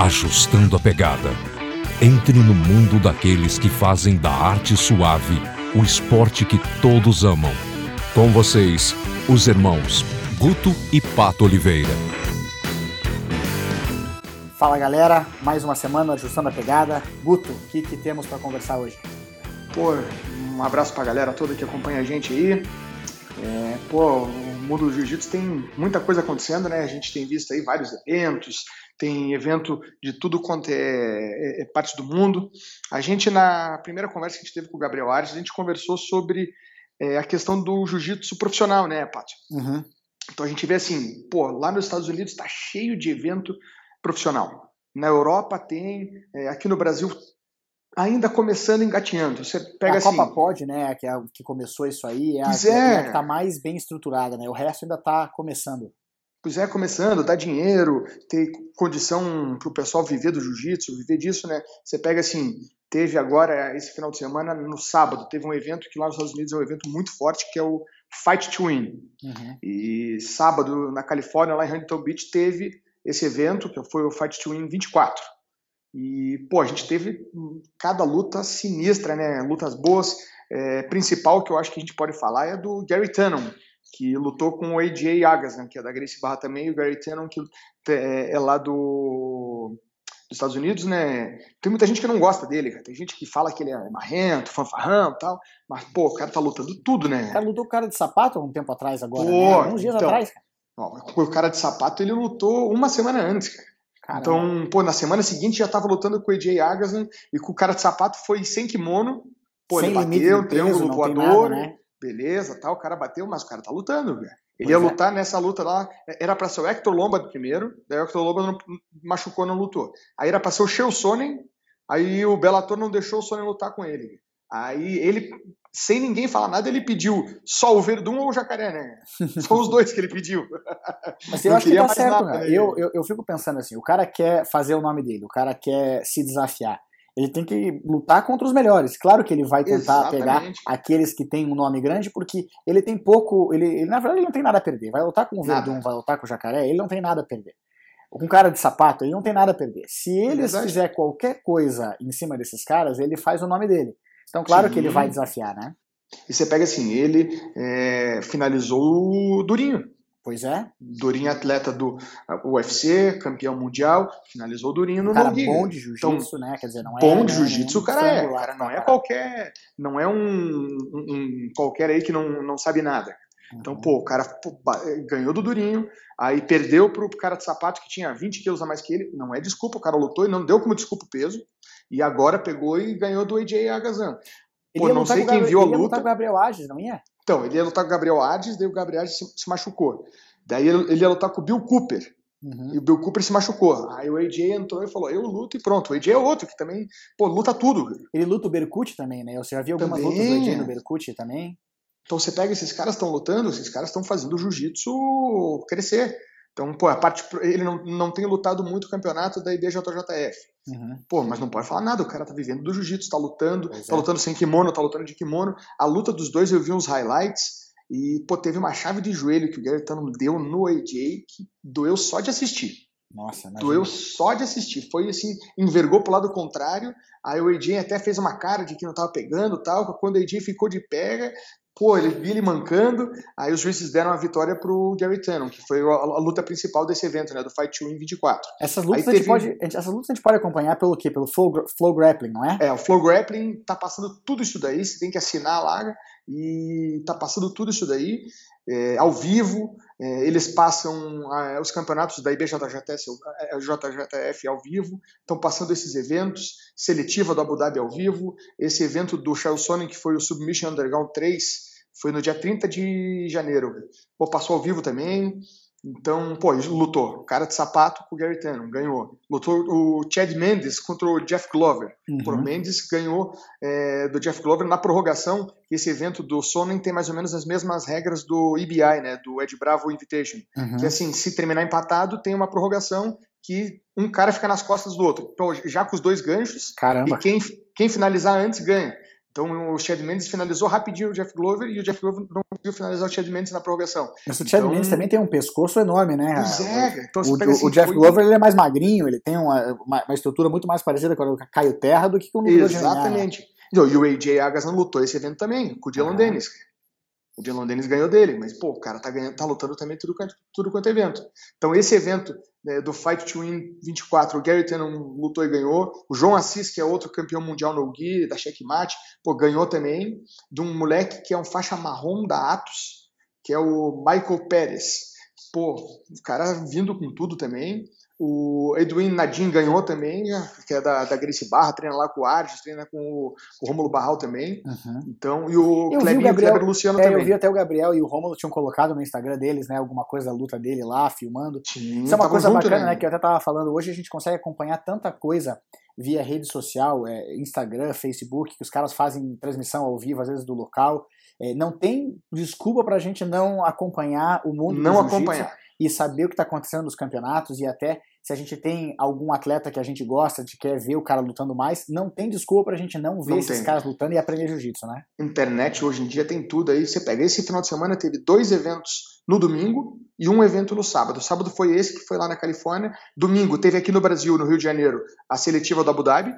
Ajustando a Pegada. Entre no mundo daqueles que fazem da arte suave o esporte que todos amam. Com vocês, os irmãos Guto e Pato Oliveira. Fala galera, mais uma semana Ajustando a Pegada. Guto, o que temos para conversar hoje? Um abraço pra galera toda que acompanha a gente aí. O mundo do jiu-jitsu tem muita coisa acontecendo, né? A gente tem visto aí vários eventos, tem evento de tudo quanto é parte do mundo. A gente, na primeira conversa que a gente teve com o Gabriel Ares, a gente conversou sobre a questão do jiu-jitsu profissional, né, Paty? Uhum. Então a gente vê assim, lá nos Estados Unidos está cheio de evento profissional. Na Europa tem, aqui no Brasil ainda começando, engatinhando. Você pega a Copa assim, Pod, né, que começou isso aí, é a que está mais bem estruturada, né? O resto ainda está começando. Pois é, começando, dá dinheiro, ter condição para o pessoal viver do jiu-jitsu, viver disso, né? Você pega assim, teve agora, esse final de semana, no sábado, teve um evento que lá nos Estados Unidos é um evento muito forte, que é o Fight to Win. Uhum. E sábado, na Califórnia, lá em Huntington Beach, teve esse evento, que foi o Fight to Win 24. E, a gente teve cada luta sinistra, né? Lutas boas. Principal que eu acho que a gente pode falar é do Gary Tannen, que lutou com o AJ Agassiz, que é da Gracie Barra também, e o Gary Tannen, que é lá dos Estados Unidos, né? Tem muita gente que não gosta dele, cara. Tem gente que fala que ele é marrento, fanfarrão e tal, mas, o cara tá lutando tudo, né? O cara lutou com o cara de sapato há um tempo atrás agora, né? Uns dias atrás, cara. O cara de sapato, ele lutou uma semana antes, cara. Caramba. Então, na semana seguinte já tava lutando com o AJ Agassiz e com o cara de sapato foi sem kimono. Ele bateu, triângulo voador, nada, né? Beleza, o cara bateu, mas o cara tá lutando, velho. Ele ia lutar nessa luta lá, era pra ser o Hector Lombard primeiro, daí o Hector Lombard machucou, não lutou. Aí era pra ser o Chael Sonnen, aí o Bellator não deixou o Sonnen lutar com ele. Aí ele, sem ninguém falar nada, ele pediu só o Verdun ou o Jacaré, né? São os dois que ele pediu. Mas eu acho que tá certo, né? Eu fico pensando assim, o cara quer fazer o nome dele, o cara quer se desafiar. Ele tem que lutar contra os melhores. Claro que ele vai tentar pegar aqueles que têm um nome grande, porque ele tem pouco. Ele na verdade, ele não tem nada a perder. Vai lutar com o Verdun, vai lutar com o Jacaré, ele não tem nada a perder. Com um cara de sapato, ele não tem nada a perder. Se ele fizer qualquer coisa em cima desses caras, ele faz o nome dele. Então, claro que ele vai desafiar, né? E você pega assim, ele finalizou o Durinho. Pois é. Durinho, atleta do UFC, campeão mundial, finalizou o Durinho no cara bom de jiu-jitsu, né? Quer dizer, não é... Bom de jiu-jitsu, o cara é. Cara não é qualquer... Não é um qualquer aí que não sabe nada. Então, o cara ganhou do Durinho, aí perdeu pro cara de sapato que tinha 20 quilos a mais que ele. Não é desculpa, o cara lutou e não deu como desculpa o peso. E agora pegou e ganhou do AJ Agassiz. Não sei quem viu a luta. Ele ia lutar com o Gabriel Ares, não ia? Então, ele ia lutar com o Gabriel Ares, daí o Gabriel Ares se machucou. Daí ele ia lutar com o Bill Cooper. Uhum. E o Bill Cooper se machucou. Aí o AJ entrou e falou, eu luto e pronto. O AJ é outro que também, luta tudo. Ele luta o Berkut também, né? Você já viu algumas lutas do AJ no Berkut também? Então você pega, esses caras estão lutando, esses caras estão fazendo o jiu-jitsu crescer. Então, ele não tem lutado muito o campeonato da IBJJF. Uhum. Mas não pode falar nada, o cara tá vivendo do jiu-jitsu, tá lutando, lutando sem kimono, tá lutando de kimono. A luta dos dois, eu vi uns highlights e, teve uma chave de joelho que o Gary Tannen deu no AJ que doeu só de assistir. Nossa, imagina. Doeu só de assistir. Foi assim, envergou pro lado contrário, aí o AJ até fez uma cara de que não tava pegando e tal, quando o AJ ficou de pega... ele mancando, aí os juízes deram a vitória pro Gary Tannen, que foi a luta principal desse evento, né, do Fight to Win 24. Essas lutas a gente pode acompanhar pelo quê? Pelo Flow Grappling, não é? O Flow Grappling tá passando tudo isso daí, você tem que assinar lá, e tá passando tudo isso daí, ao vivo, eles passam os campeonatos da IBJJF ao vivo, estão passando esses eventos, seletiva do Abu Dhabi ao vivo, esse evento do Chael Sonnen, que foi o Submission Underground 3, foi no dia 30 de janeiro. Passou ao vivo também. Então, ele lutou. O cara de sapato com o Gary Tannen, ganhou. Lutou o Chad Mendes contra o Jeff Glover. Uhum. O Mendes ganhou do Jeff Glover na prorrogação. Esse evento do Sonnen tem mais ou menos as mesmas regras do EBI, né, do Ed Bravo Invitation. Uhum. Que assim, se terminar empatado, tem uma prorrogação que um cara fica nas costas do outro. Então, já com os dois ganchos, caramba, e quem finalizar antes ganha. Então o Chad Mendes finalizou rapidinho o Jeff Glover e o Jeff Glover não conseguiu finalizar o Chad Mendes na prorrogação. Mas o Chad Mendes também tem um pescoço enorme, né? Pois é. Então, o Jeff Glover ele é mais magrinho, ele tem uma estrutura muito mais parecida com o Caio Terra do que com o lutador de MMA. Exatamente. E o AJ Agassiz lutou esse evento também, com o Dylan Dennis. O Dylan Dennis ganhou dele, mas pô, o cara tá lutando também tudo quanto é evento. Então esse evento do Fight to Win 24, o Gary Tannen lutou e ganhou. O João Assis, que é outro campeão mundial no Gi, da Checkmate, pô, ganhou também. De um moleque que é um faixa marrom da Atos, que é o Michael Pérez. Pô, o cara vindo com tudo também. O Edwin Nadim ganhou também, que é da Gracie Barra, treina lá com o Arges, treina com o Rômulo Barral também. Então, e o Kleber Luciano também. Eu vi até o Gabriel e o Rômulo tinham colocado no Instagram deles, né, alguma coisa da luta dele lá, filmando. Sim, isso é uma coisa bacana, né, que eu até tava falando. Hoje a gente consegue acompanhar tanta coisa via rede social, Instagram, Facebook, que os caras fazem transmissão ao vivo, às vezes do local. Não tem desculpa pra gente não acompanhar o mundo do jiu-jitsu e saber o que tá acontecendo nos campeonatos, e até se a gente tem algum atleta que a gente gosta, de quer ver o cara lutando mais, não tem desculpa pra gente não ver esses caras lutando e aprender jiu-jitsu, né? Internet hoje em dia tem tudo aí, você pega. Esse final de semana teve 2 eventos no domingo e um evento no sábado. O sábado foi esse, que foi lá na Califórnia. Domingo teve aqui no Brasil, no Rio de Janeiro, a seletiva do Abu Dhabi,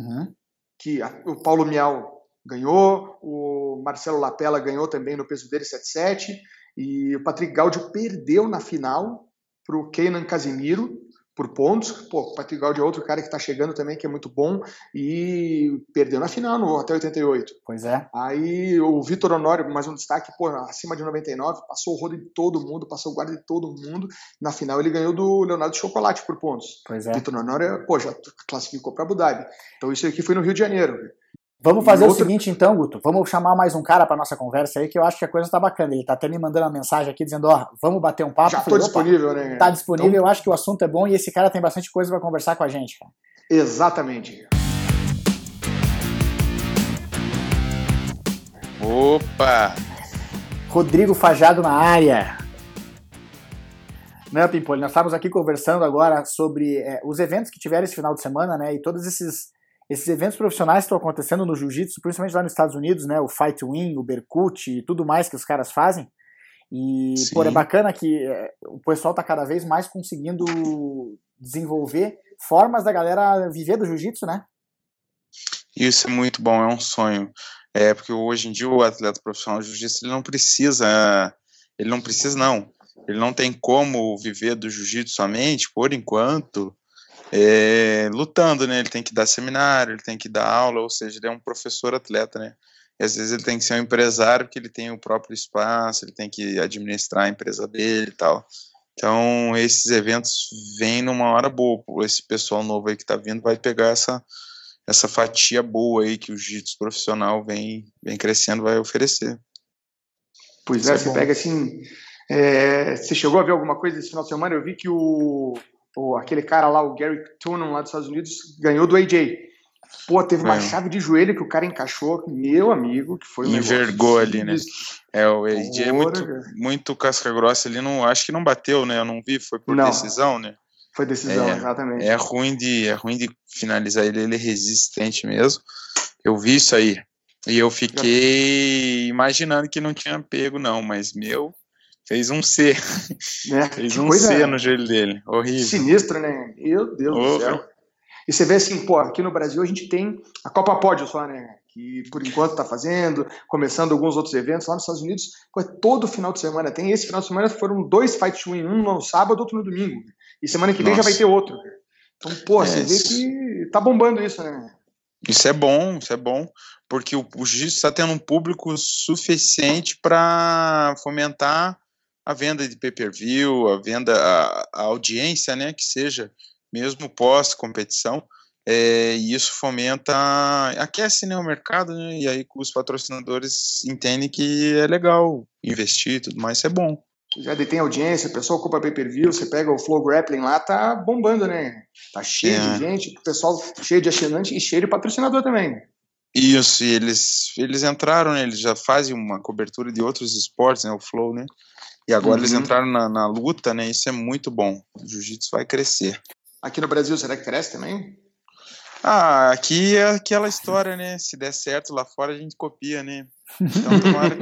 que o Paulo Miau ganhou, o Marcelo Lapella ganhou também no peso dele, 7-7, e o Patrick Gaudio perdeu na final pro Kenan Casimiro, por pontos. Pô, o Patrick Gaudio é outro cara que tá chegando também, que é muito bom, e perdeu na final no até 88. Pois é. Aí o Vitor Honório, mais um destaque, pô, acima de 99, passou o rodo de todo mundo, passou o guarda de todo mundo. Na final ele ganhou do Leonardo Chocolate por pontos. Pois é. Vitor Honório, pô, já classificou para Abu Dhabi. Então isso aqui foi no Rio de Janeiro. Vamos fazer o seguinte então, Guto, vamos chamar mais um cara pra nossa conversa aí, que eu acho que a coisa tá bacana. Ele tá até me mandando uma mensagem aqui dizendo, vamos bater um papo. Já tô disponível, né? Tá disponível, então, eu acho que o assunto é bom e esse cara tem bastante coisa pra conversar com a gente, cara. Exatamente. Opa! Rodrigo Fajardo na área. Não, Pimpolho, nós estávamos aqui conversando agora sobre os eventos que tiveram esse final de semana, né, e todos esses eventos profissionais que estão acontecendo no jiu-jitsu, principalmente lá nos Estados Unidos, né, o Fight to Win, o Berkut e tudo mais que os caras fazem. E, pô, é bacana que o pessoal tá cada vez mais conseguindo desenvolver formas da galera viver do jiu-jitsu, né? Isso é muito bom, é um sonho. Porque hoje em dia o atleta profissional de jiu-jitsu, ele não tem como viver do jiu-jitsu somente, por enquanto, lutando, né? Ele tem que dar seminário, ele tem que dar aula, ou seja, ele é um professor atleta, né? E às vezes ele tem que ser um empresário, porque ele tem o próprio espaço, ele tem que administrar a empresa dele e tal. Então, esses eventos vêm numa hora boa. Esse pessoal novo aí que tá vindo vai pegar essa fatia boa aí que o jiu-jitsu profissional vem crescendo, vai oferecer. Pois é, você pega assim... você chegou a ver alguma coisa desse final de semana? Eu vi que aquele cara lá, o Gary Tonon lá dos Estados Unidos, ganhou do AJ. Pô, teve uma chave de joelho que o cara encaixou, meu amigo, que foi um envergou ali, né? O AJ é muito casca grossa, ele não, acho que não bateu, né? Eu não vi, foi por decisão, né? Foi decisão, exatamente. É ruim de finalizar ele é resistente mesmo. Eu vi isso aí. E eu fiquei imaginando que não tinha pego, não, mas fez um C. Fez um C no joelho dele. Horrível. Sinistro, né? Meu Deus do céu. E você vê assim, pô, aqui no Brasil a gente tem a Copa Pódio só, né? Que por enquanto tá fazendo, começando alguns outros eventos. Lá nos Estados Unidos, pô, todo final de semana tem. Esse final de semana foram 2 Fight to Win, um no sábado, outro no domingo. E semana que vem já vai ter outro. Então, pô, você vê que tá bombando isso, né? Isso é bom, porque o jiu-jitsu está tendo um público suficiente para fomentar a venda de pay-per-view, a audiência, né, que seja, mesmo pós-competição, e isso aquece, né, o mercado, né, e aí os patrocinadores entendem que é legal investir e tudo mais, isso é bom. Já detém audiência, o pessoal ocupa pay-per-view, você pega o Flow Grappling lá, tá bombando, né? Tá cheio de gente, o pessoal cheio de assinante e cheio de patrocinador também. Isso, e eles entraram, né? Eles já fazem uma cobertura de outros esportes, né? O Flow, né? E agora eles entraram na luta, né? Isso é muito bom. O jiu-jitsu vai crescer. Aqui no Brasil, será que cresce também? Aqui é aquela história, né? Se der certo lá fora, a gente copia, né? Então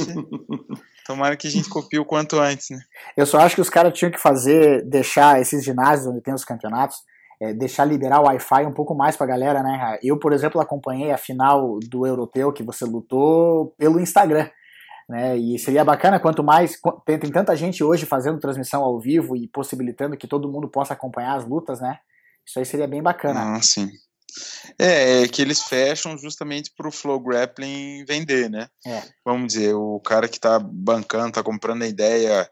tomara que a gente copie o quanto antes, né? Eu só acho que os caras tinham que deixar esses ginásios onde tem os campeonatos, deixar liberar o Wi-Fi um pouco mais pra galera, né? Eu, por exemplo, acompanhei a final do Europeu que você lutou pelo Instagram, né? E seria bacana quanto mais tem tanta gente hoje fazendo transmissão ao vivo e possibilitando que todo mundo possa acompanhar as lutas, né? Isso aí seria bem bacana. Sim. É que eles fecham justamente pro Flow Grappling vender, né? Vamos dizer, o cara que tá bancando, tá comprando a ideia,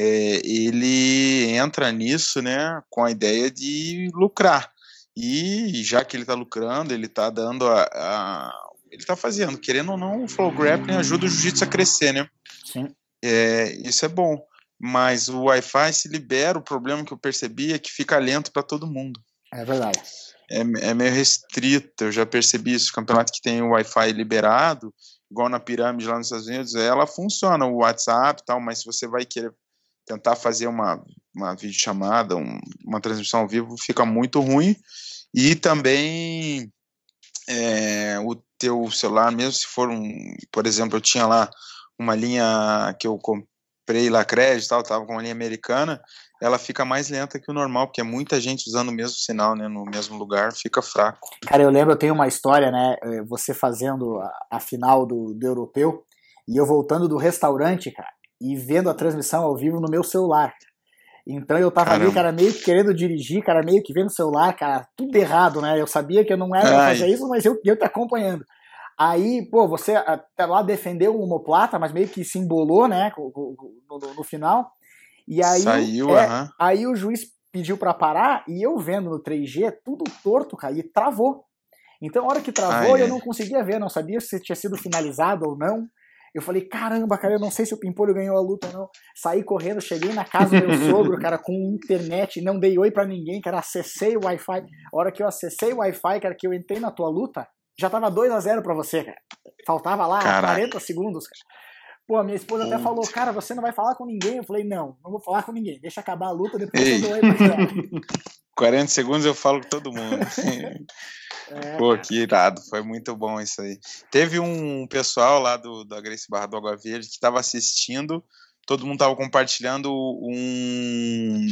ele entra nisso, né, com a ideia de lucrar. E já que ele tá lucrando, ele tá dando ele tá fazendo, querendo ou não, o Flow Grappling ajuda o jiu-jitsu a crescer, né? Sim. Isso é bom. Mas o Wi-Fi se libera, o problema que eu percebi é que fica lento para todo mundo. É verdade. É meio restrito, eu já percebi isso. O campeonato que tem o Wi-Fi liberado, igual na Pirâmide lá nos Estados Unidos, ela funciona, o WhatsApp e tal, mas se você vai querer tentar fazer uma videochamada, uma transmissão ao vivo, fica muito ruim. E também o teu celular, mesmo se for por exemplo, eu tinha lá uma linha que eu comprei lá crédito e tal, tava com uma linha americana, ela fica mais lenta que o normal, porque é muita gente usando o mesmo sinal, né, no mesmo lugar, fica fraco. Cara, eu lembro, eu tenho uma história, né, você fazendo a final do Europeu, e eu voltando do restaurante, cara, e vendo a transmissão ao vivo no meu celular. Então eu tava ali, cara, meio que querendo dirigir, cara, meio que vendo o celular, cara, tudo errado, né, eu sabia que eu não era pra fazer isso, mas eu te acompanhando. Aí, você até lá defendeu o omoplata, mas meio que se embolou, né, no final. E aí, aí o juiz pediu pra parar e eu vendo no 3G tudo torto, cara, e travou. Então, a hora que travou, eu não conseguia ver, não sabia se tinha sido finalizado ou não. Eu falei, caramba, cara, eu não sei se o Pimpolho ganhou a luta ou não. Saí correndo, cheguei na casa do meu sogro, cara, com internet, não dei oi pra ninguém, cara, acessei o Wi-Fi. A hora que eu acessei o Wi-Fi, cara, que eu entrei na tua luta, já tava 2-0 pra você, cara. Faltava lá 40 segundos, cara. Pô, minha esposa até falou, cara, você não vai falar com ninguém? Eu falei, não vou falar com ninguém. Deixa acabar a luta, depois eu dou oi pra você. 40 segundos eu falo com todo mundo. Pô, que irado, foi muito bom isso aí. Teve um pessoal lá da Gracie Barra do Água Verde que estava assistindo, todo mundo estava compartilhando um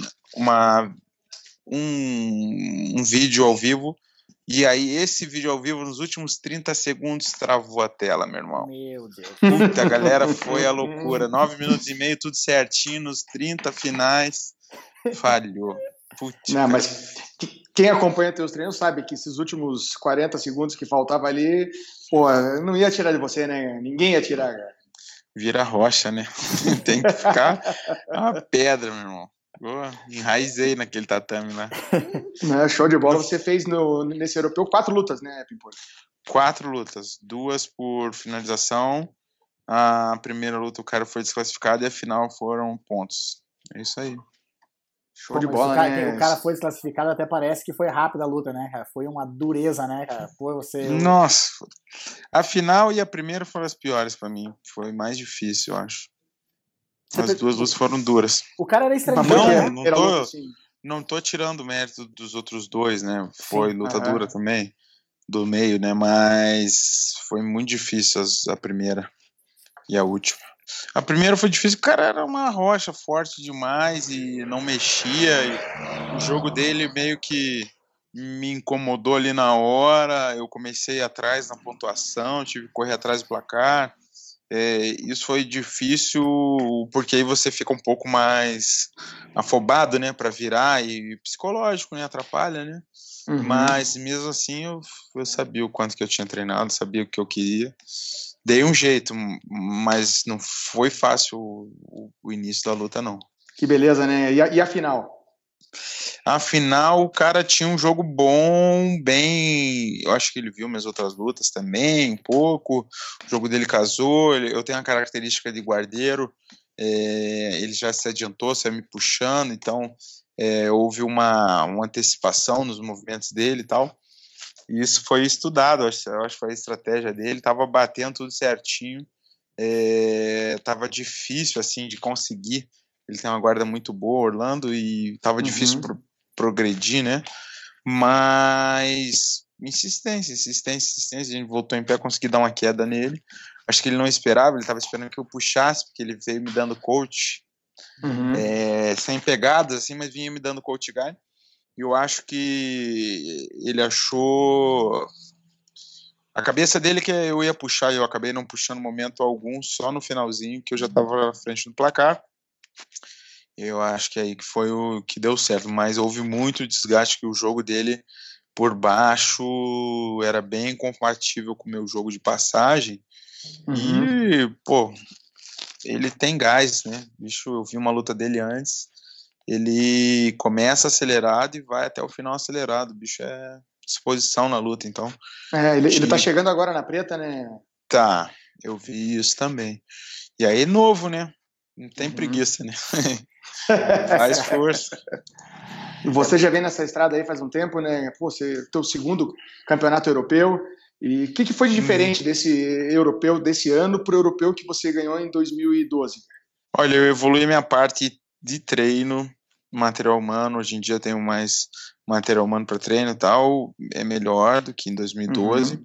vídeo ao vivo, e aí esse vídeo ao vivo, nos últimos 30 segundos, travou a tela, meu irmão. Meu Deus. Puta, a galera foi a loucura. 9 minutos e meio, tudo certinho, nos 30 finais, falhou. Putz, não, mas quem acompanha teus treinos sabe que esses últimos 40 segundos que faltava ali, pô, não ia tirar de você, né? Ninguém ia tirar, cara. Vira rocha, né? Tem que ficar uma pedra, meu irmão. Enraizei naquele tatame lá. Show de bola. Você fez nesse europeu 4 lutas, né, Pimpolho? 4 lutas, 2 por finalização. A primeira luta o cara foi desclassificado e a final foram pontos. É isso aí. Show de bola, né? O cara foi desclassificado, até parece que foi rápida a luta, né, cara? Foi uma dureza, né, cara? Nossa, a final e a primeira foram as piores pra mim. Foi mais difícil, eu acho. As duas lutas foram duras. O cara era estrangeiro. Não tô tirando o mérito dos outros dois, né? Foi luta dura também, do meio, né? Mas foi muito difícil a primeira e a última. A primeira foi difícil, o cara era uma rocha forte demais e não mexia. E o jogo dele meio que me incomodou ali na hora. Eu comecei atrás na pontuação, tive que correr atrás do placar. Isso foi difícil porque aí você fica um pouco mais afobado, né, para virar, e psicológico, né, atrapalha, né? Uhum. Mas mesmo assim eu sabia o quanto que eu tinha treinado, sabia o que eu queria, dei um jeito, mas não foi fácil o início da luta, não. Que beleza, né? E a final? Afinal, o cara tinha um jogo bom, bem... Eu acho que ele viu minhas outras lutas também, um pouco. O jogo dele casou, eu tenho a característica de guardeiro, ele já se adiantou, saiu me puxando, então houve uma antecipação nos movimentos dele e tal. E isso foi estudado, eu acho que foi a estratégia dele, tava batendo tudo certinho, tava difícil, assim, de conseguir. Ele tem uma guarda muito boa, Orlando, e tava difícil progredir, né? Mas insistência. A gente voltou em pé, consegui dar uma queda nele. Acho que ele não esperava, ele estava esperando que eu puxasse, porque ele veio me dando coach, sem pegadas, assim, mas vinha me dando coach guide. E eu acho que ele achou... A cabeça dele que eu ia puxar, e eu acabei não puxando momento algum, só no finalzinho, que eu já estava à frente do placar. Eu acho que aí que foi o que deu certo, mas houve muito desgaste, que o jogo dele por baixo era bem compatível com o meu jogo de passagem. E, pô, ele tem gás, né? Bicho, eu vi uma luta dele antes, ele começa acelerado e vai até o final acelerado. O bicho é disposição na luta, então... ele tá chegando agora na preta, né? Tá, eu vi isso também. E aí, novo, né? Não tem preguiça, né? Faz força. E você já vem nessa estrada aí faz um tempo, né? Pô, você teu segundo campeonato europeu. E o que foi de diferente desse europeu desse ano pro europeu que você ganhou em 2012? Olha, eu evoluí minha parte de treino, material humano. Hoje em dia eu tenho mais material humano para treino e tal. É melhor do que em 2012.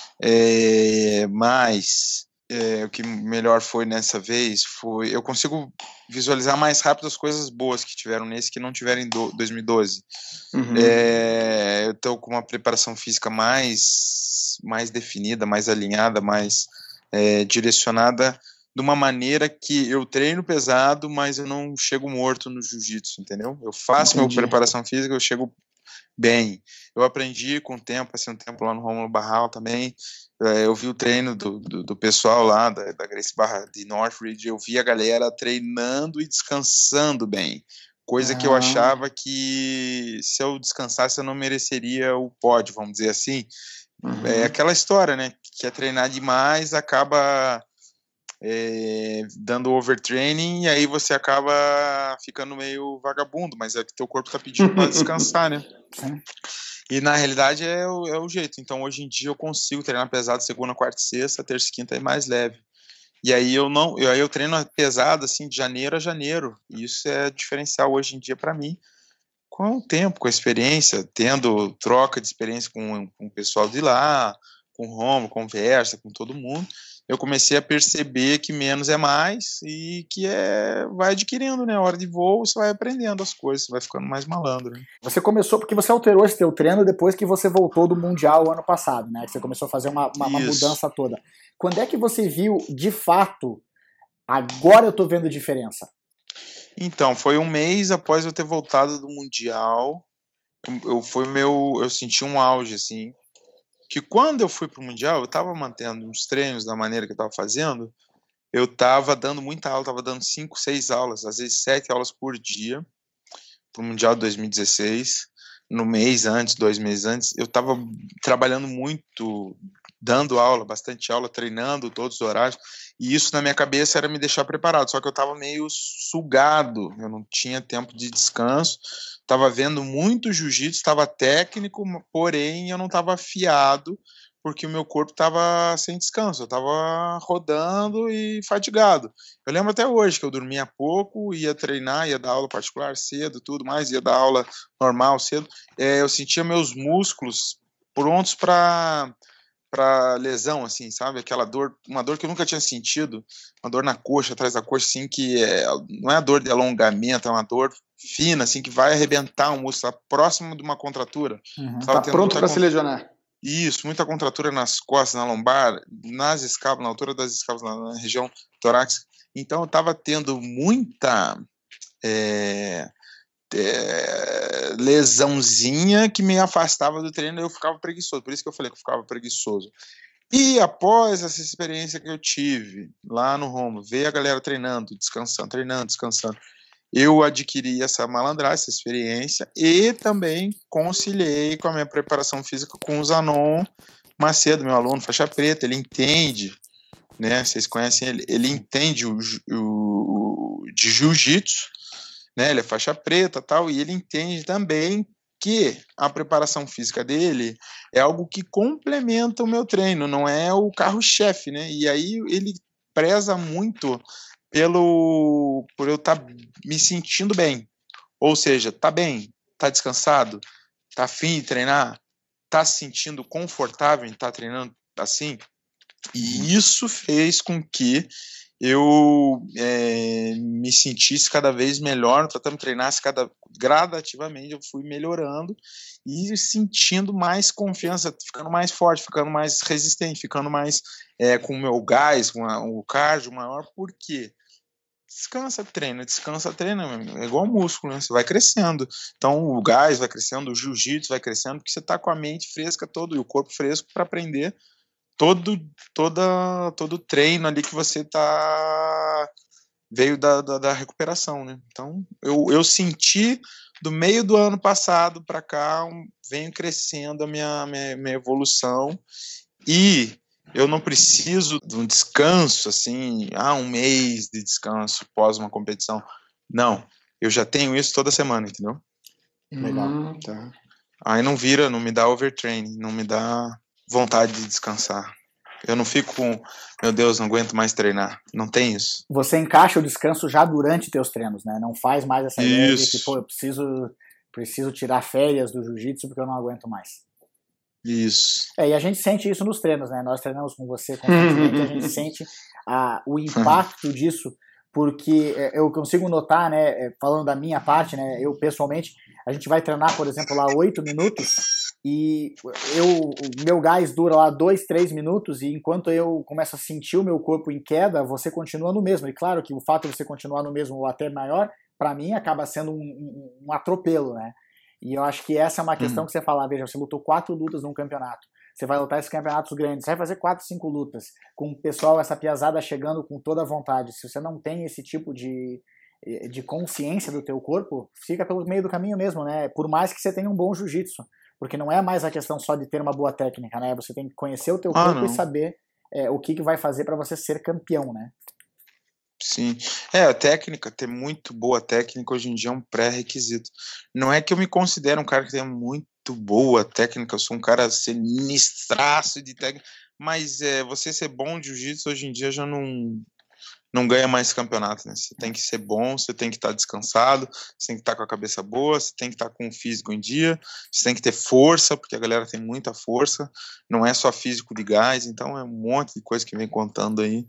Mas o que melhor foi nessa vez foi... Eu consigo visualizar mais rápido as coisas boas que tiveram nesse que não tiveram em 2012. Eu estou com uma preparação física mais definida, mais alinhada, mais direcionada, de uma maneira que eu treino pesado, mas eu não chego morto no jiu-jitsu, entendeu? Eu faço minha preparação física, eu chego bem. Eu aprendi com o tempo, passei um tempo lá no Rômulo Barral também. Eu vi o treino do pessoal lá, da Gracie Barra de Northridge, eu vi a galera treinando e descansando bem. Coisa que eu achava que se eu descansasse eu não mereceria o pódio, vamos dizer assim. É aquela história, né? Que é treinar demais, acaba dando overtraining, e aí você acaba ficando meio vagabundo, mas é que teu corpo tá pedindo para descansar, né? E na realidade é o jeito. Então hoje em dia eu consigo treinar pesado segunda, quarta e sexta, terça e quinta é mais leve. E aí eu treino pesado assim de janeiro a janeiro. E isso é diferencial hoje em dia para mim. Com o tempo, com a experiência, tendo troca de experiência com o pessoal de lá, com o Romulo, conversa com todo mundo, eu comecei a perceber que menos é mais e que vai adquirindo, né? A hora de voo, você vai aprendendo as coisas, você vai ficando mais malandro. Né? Você começou, porque você alterou esse teu treino depois que você voltou do Mundial ano passado, né? Que você começou a fazer uma mudança toda. Quando é que você viu, de fato, agora eu tô vendo diferença? Então, foi um mês após eu ter voltado do Mundial, eu senti um auge, assim, que quando eu fui pro Mundial, eu tava mantendo uns treinos da maneira que eu tava fazendo, eu tava dando muita aula, tava dando 5, 6 aulas, às vezes 7 aulas por dia, pro Mundial de 2016, no mês antes, 2 meses antes, eu tava trabalhando muito, dando aula, bastante aula, treinando todos os horários, e isso na minha cabeça era me deixar preparado, só que eu tava meio sugado, eu não tinha tempo de descanso, tava vendo muito jiu-jitsu, tava técnico, porém eu não tava afiado, porque o meu corpo tava sem descanso, eu tava rodando e fatigado. Eu lembro até hoje que eu dormia pouco, ia treinar, ia dar aula particular cedo, tudo mais, ia dar aula normal cedo, eu sentia meus músculos prontos para lesão, assim, sabe? Aquela dor, uma dor que eu nunca tinha sentido, uma dor na coxa, atrás da coxa, assim, que não é a dor de alongamento, é uma dor fina, assim, que vai arrebentar o músculo, tá próximo de uma contratura. Tá pronto para se lesionar. Isso, muita contratura nas costas, na lombar, nas escápulas, na altura das escápulas, na região torácica. Então eu tava tendo muita lesãozinha que me afastava do treino e eu ficava preguiçoso. Por isso que eu falei que eu ficava preguiçoso. E após essa experiência que eu tive lá no Rômulo, ver a galera treinando, descansando, eu adquiri essa malandragem, essa experiência e também conciliei com a minha preparação física com o Zanon Macedo, meu aluno, faixa preta. Ele entende, né? Vocês conhecem ele entende de jiu-jitsu, né? Ele é faixa preta, tal, e ele entende também que a preparação física dele é algo que complementa o meu treino, não é o carro-chefe, né? E aí ele preza muito por eu estar me sentindo bem. Ou seja, tá bem, tá descansado, tá afim de treinar, tá se sentindo confortável em estar treinando assim, e isso fez com que eu me sentisse cada vez melhor, tratando de treinar gradativamente, eu fui melhorando e sentindo mais confiança, ficando mais forte, ficando mais resistente, ficando mais com o meu gás, com o cardio maior. Por quê? Descansa, treina, é igual músculo, né? Você vai crescendo, então o gás vai crescendo, o jiu-jitsu vai crescendo, porque você tá com a mente fresca e o corpo fresco para aprender todo treino ali que você veio da recuperação, né? Então eu senti do meio do ano passado para cá venho crescendo a minha evolução, e eu não preciso de um descanso assim, um mês de descanso pós uma competição. Não, eu já tenho isso toda semana, entendeu? Legal. Tá. Aí não me dá overtraining, não me dá vontade de descansar. Eu não fico com, meu Deus, não aguento mais treinar. Não tem isso. Você encaixa o descanso já durante teus treinos, né? Não faz mais essa ideia de que, pô, eu preciso tirar férias do jiu-jitsu porque eu não aguento mais. Isso. E a gente sente isso nos treinos, né? Nós treinamos com você constantemente, a gente sente o impacto disso, porque eu consigo notar, né, falando da minha parte, né, eu pessoalmente, a gente vai treinar, por exemplo, lá 8 minutos, e o meu gás dura lá 2, 3 minutos, e enquanto eu começo a sentir o meu corpo em queda, você continua no mesmo. E claro que o fato de você continuar no mesmo ou até maior, para mim acaba sendo um atropelo, né? E eu acho que essa é uma questão que você fala, veja, você lutou 4 lutas num campeonato, você vai lutar esses campeonatos grandes, você vai fazer 4, 5 lutas, com o pessoal, essa piazada chegando com toda a vontade. Se você não tem esse tipo de consciência do teu corpo, fica pelo meio do caminho mesmo, né? Por mais que você tenha um bom jiu-jitsu, porque não é mais a questão só de ter uma boa técnica, né? Você tem que conhecer o teu corpo e saber o que vai fazer para você ser campeão, né? Sim, a técnica, ter muito boa técnica hoje em dia é um pré-requisito. Não é que eu me considero um cara que tem muito boa técnica, eu sou um cara sinistraço de técnica, mas você ser bom de jiu-jitsu hoje em dia já não ganha mais campeonato, né? Você tem que ser bom, você tem que estar descansado, você tem que estar com a cabeça boa, você tem que estar com o físico em dia, você tem que ter força, porque a galera tem muita força, não é só físico de gás, então é um monte de coisa que vem contando aí,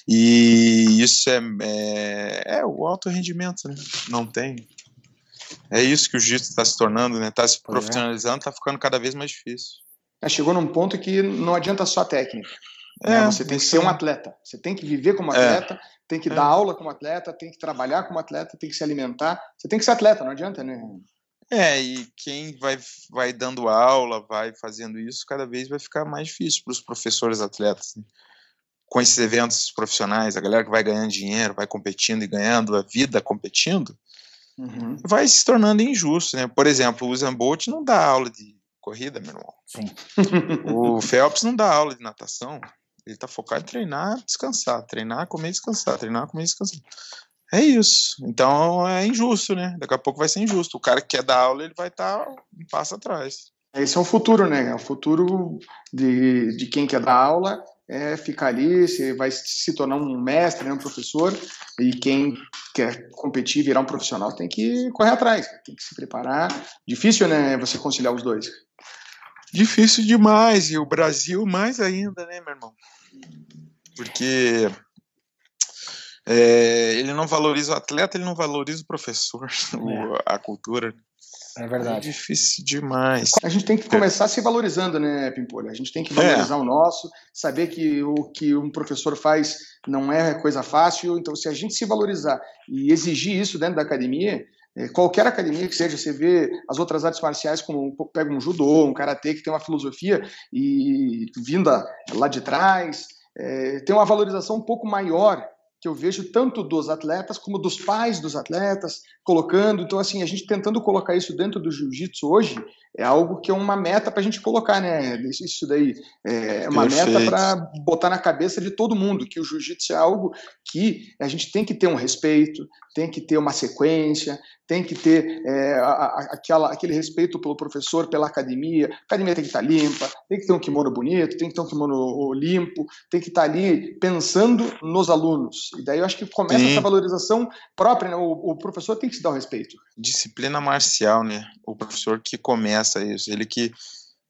e isso é o alto rendimento, né? Não tem. É isso que o jiu-jitsu está se tornando, né? Está se profissionalizando, está ficando cada vez mais difícil. Chegou num ponto que não adianta só a técnica. Você tem que ser um atleta, você tem que viver como atleta, tem que dar aula como atleta, tem que trabalhar como atleta, tem que se alimentar, você tem que ser atleta, não adianta, né? E quem vai dando aula, vai fazendo isso, cada vez vai ficar mais difícil para os professores atletas, né? Com esses eventos profissionais, a galera que vai ganhando dinheiro, vai competindo e ganhando a vida competindo, vai se tornando injusto, né? Por exemplo, o Usain Bolt não dá aula de corrida, meu irmão. Sim. O Phelps não dá aula de natação. Ele tá focado em treinar, descansar, treinar, comer, descansar, treinar, comer, descansar. É isso. Então é injusto, né? Daqui a pouco vai ser injusto. O cara que quer dar aula, ele vai estar um passo atrás. Esse é o futuro, né? O futuro de quem quer dar aula é ficar ali, você vai se tornar um mestre, né, um professor, e quem quer competir, virar um profissional, tem que correr atrás, tem que se preparar. Difícil, né, você conciliar os dois. Difícil demais, e o Brasil mais ainda, né, meu irmão? Porque ele não valoriza o atleta, ele não valoriza o professor, a cultura. É verdade. É difícil demais. A gente tem que começar se valorizando, né, Pimpolho? A gente tem que valorizar o nosso, saber que o que um professor faz não é coisa fácil. Então, se a gente se valorizar e exigir isso dentro da academia, qualquer academia que seja, você vê as outras artes marciais, como pega um judô, um karatê, que tem uma filosofia e vinda lá de trás, tem uma valorização um pouco maior, que eu vejo tanto dos atletas como dos pais dos atletas colocando. Então, assim, a gente tentando colocar isso dentro do jiu-jitsu hoje é algo que é uma meta para a gente colocar, né? Isso daí é uma meta para botar na cabeça de todo mundo, que o jiu-jitsu é algo que a gente tem que ter um respeito, tem que ter uma sequência, tem que ter aquele respeito pelo professor, pela academia. A academia tem que estar limpa, tem que ter um kimono bonito, tem que ter um kimono limpo, tem que estar ali pensando nos alunos. E daí eu acho que começa essa valorização própria, né? O professor tem que se dar o respeito. Disciplina marcial, né? O professor que começa isso, ele que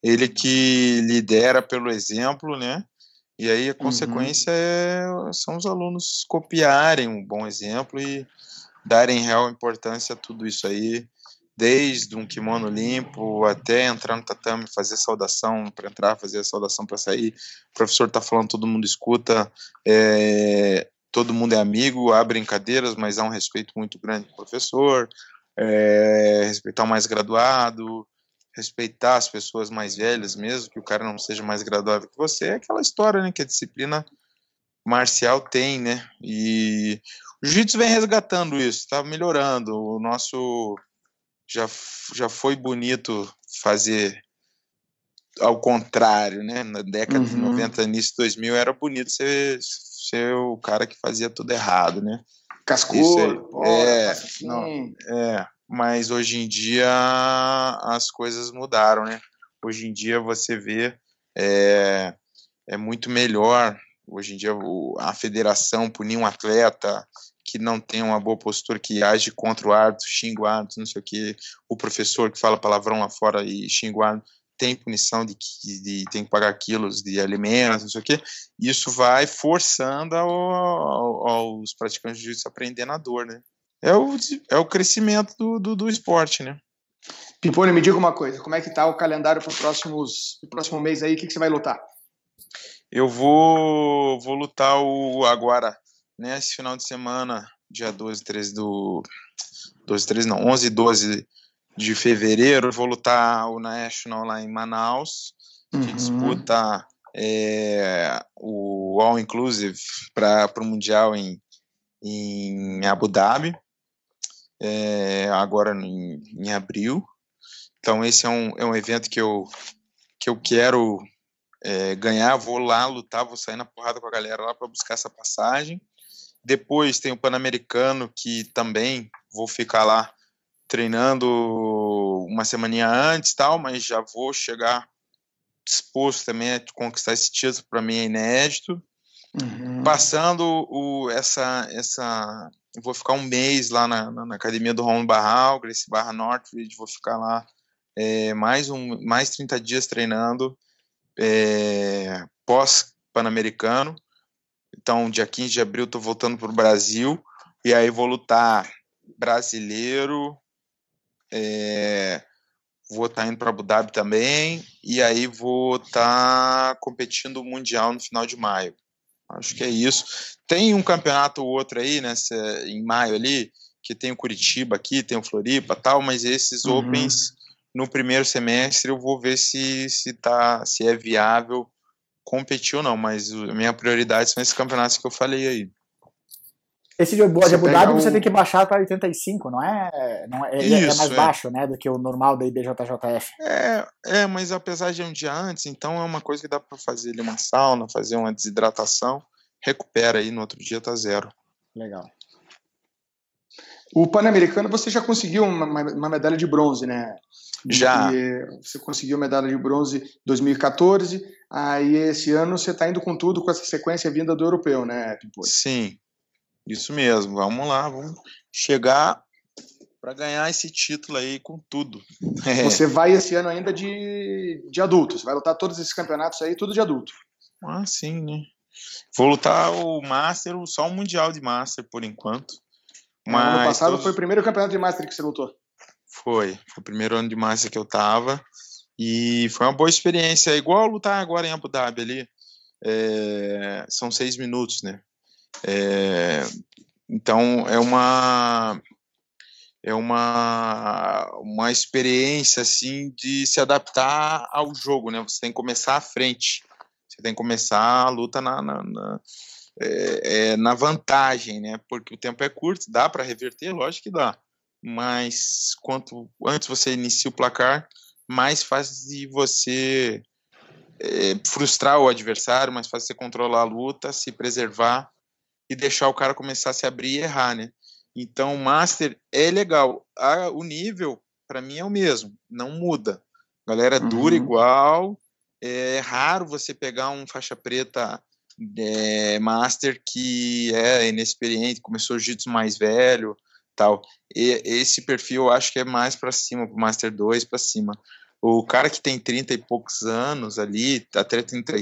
ele que lidera pelo exemplo, né? E aí a consequência são os alunos copiarem um bom exemplo e darem real importância a tudo isso aí, desde um kimono limpo até entrar no tatame, fazer saudação para entrar, fazer a saudação para sair. O professor está falando, todo mundo escuta, todo mundo é amigo, há brincadeiras, mas há um respeito muito grande do professor, respeitar o mais graduado, respeitar as pessoas mais velhas, mesmo que o cara não seja mais graduado que você, é aquela história, né, que a disciplina marcial tem, né, e o jiu-jitsu vem resgatando isso, está melhorando, o nosso já foi bonito fazer ao contrário, né, na década de 90, início de 2000, era bonito ser o cara que fazia tudo errado, né. Cascudo, mas hoje em dia as coisas mudaram, né? Hoje em dia você vê é muito melhor. Hoje em dia a federação punir um atleta que não tem uma boa postura, que age contra o árbitro, xinga o árbitro, não sei o que, o professor que fala palavrão lá fora e xinga o árbitro, tem punição de tem que pagar quilos de alimentos, não sei o que. Isso vai forçando aos praticantes de jiu-jitsu a aprender na dor, né? É o crescimento do esporte, né? Pipone, me diga uma coisa, como é que tá o calendário pro próximo mês aí, o que você vai lutar? Eu vou lutar agora, né, esse final de semana, dia 11 e 12 de fevereiro, eu vou lutar o National lá em Manaus, que disputa o All Inclusive para o Mundial em Abu Dhabi, agora em abril. Então esse é um evento que eu quero ganhar, vou lá lutar, vou sair na porrada com a galera lá para buscar essa passagem. Depois tem o Pan-Americano, que também vou ficar lá treinando uma semaninha antes, tal, mas já vou chegar disposto também a conquistar esse título, para mim é inédito. Passando eu vou ficar um mês lá na academia do Romulo Barral, Gracie Barra Northridge, vou ficar lá mais 30 dias treinando pós-Pan-Americano. Então, dia 15 de abril, estou voltando para o Brasil, e aí vou lutar brasileiro, vou estar indo para Abu Dhabi também, e aí vou estar competindo o Mundial no final de maio. Acho que é isso. Tem um campeonato ou outro aí, né, em maio ali, que tem o Curitiba aqui, tem o Floripa e tal, mas esses Opens, no primeiro semestre, eu vou ver se é viável competir ou não, mas a minha prioridade são esses campeonatos que eu falei aí. Esse de Abu Dhabi você tem que baixar para 85, não é? É mais baixo, né, do que o normal da IBJJF. Mas apesar de um dia antes, então é uma coisa que dá para fazer ali uma sauna, fazer uma desidratação, recupera aí, no outro dia tá zero. Legal. O Pan-Americano você já conseguiu uma medalha de bronze, né? Já. Você conseguiu medalha de bronze em 2014, aí esse ano você tá indo com tudo, com essa sequência vinda do europeu, né, Pipone? Sim. Isso mesmo, vamos lá, vamos chegar para ganhar esse título aí com tudo. Você vai esse ano ainda de adulto, você vai lutar todos esses campeonatos aí, tudo de adulto. Ah, sim, né? Vou lutar o Master, só o Mundial de Master por enquanto. Ano passado foi o primeiro campeonato de Master que você lutou? Foi o primeiro ano de Master que eu tava, e foi uma boa experiência, é igual lutar agora em Abu Dhabi ali, são 6 minutos, né? Então é uma experiência assim de se adaptar ao jogo, né? Você tem que começar à frente, você tem que começar a luta na vantagem, né? Porque o tempo é curto, dá para reverter, lógico que dá, mas quanto antes você inicia o placar, mais fácil de você frustrar o adversário, mais fácil de você controlar a luta, se preservar e deixar o cara começar a se abrir e errar, né? Então o Master é legal, o nível para mim é o mesmo, não muda, galera dura igual, é raro você pegar um faixa preta Master que é inexperiente, começou jiu-jitsu mais velho, tal, e esse perfil eu acho que é mais para cima, pro Master 2 para cima. O cara que tem 30 e poucos anos ali, até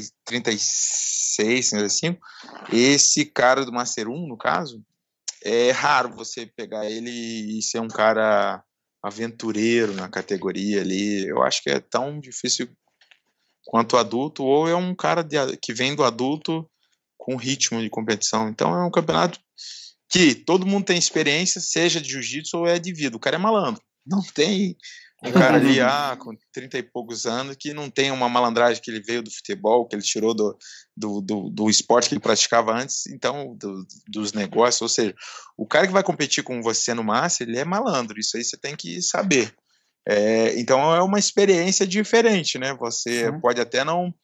36, 35, esse cara do Master 1, no caso, é raro você pegar ele e ser um cara aventureiro na categoria ali. Eu acho que é tão difícil quanto adulto, ou é um cara que vem do adulto com ritmo de competição. Então é um campeonato que todo mundo tem experiência, seja de jiu-jitsu ou é de vida. O cara é malandro. Não tem um cara ali com 30 e poucos anos que não tem uma malandragem que ele veio do futebol, que ele tirou do esporte que ele praticava antes, então dos negócios. Ou seja, o cara que vai competir com você no Master, ele é malandro. Isso aí você tem que saber. Então é uma experiência diferente, né? Você pode até não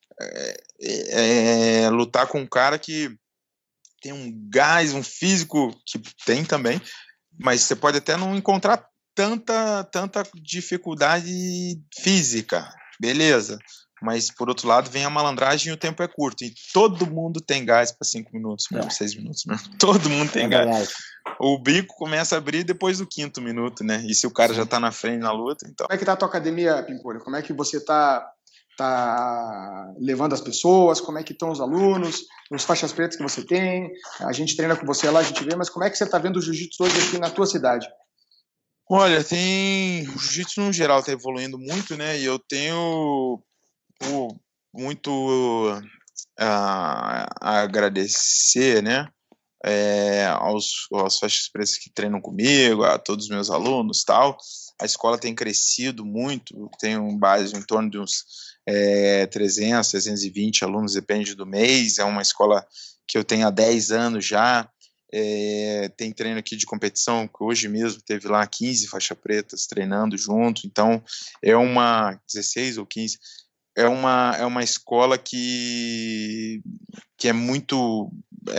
lutar com um cara que tem um gás, um físico que tem também, mas você pode até não encontrar tanta dificuldade física, beleza, mas por outro lado vem a malandragem e o tempo é curto, e todo mundo tem gás para 5 minutos mesmo, 6 minutos mesmo, todo mundo tem gás. O bico começa a abrir depois do 5º minuto, né, e se o cara já tá na frente na luta, então... Como é que tá a tua academia, Pimpolho? Como é que você tá levando as pessoas, como é que estão os alunos, os faixas pretas que você tem? A gente treina com você lá, a gente vê, mas como é que você está vendo o jiu-jitsu hoje aqui na tua cidade? Olha, o jiu-jitsu no geral está evoluindo muito, né, e eu tenho muito a agradecer, né, aos faixas pretas que treinam comigo, a todos os meus alunos, tal. A escola tem crescido muito, tem um base em torno de uns 300, 320 alunos, depende do mês. É uma escola que eu tenho há 10 anos já. Tem treino aqui de competição, que hoje mesmo teve lá 15 faixas pretas treinando junto, então 16 ou 15, é uma escola que é muito,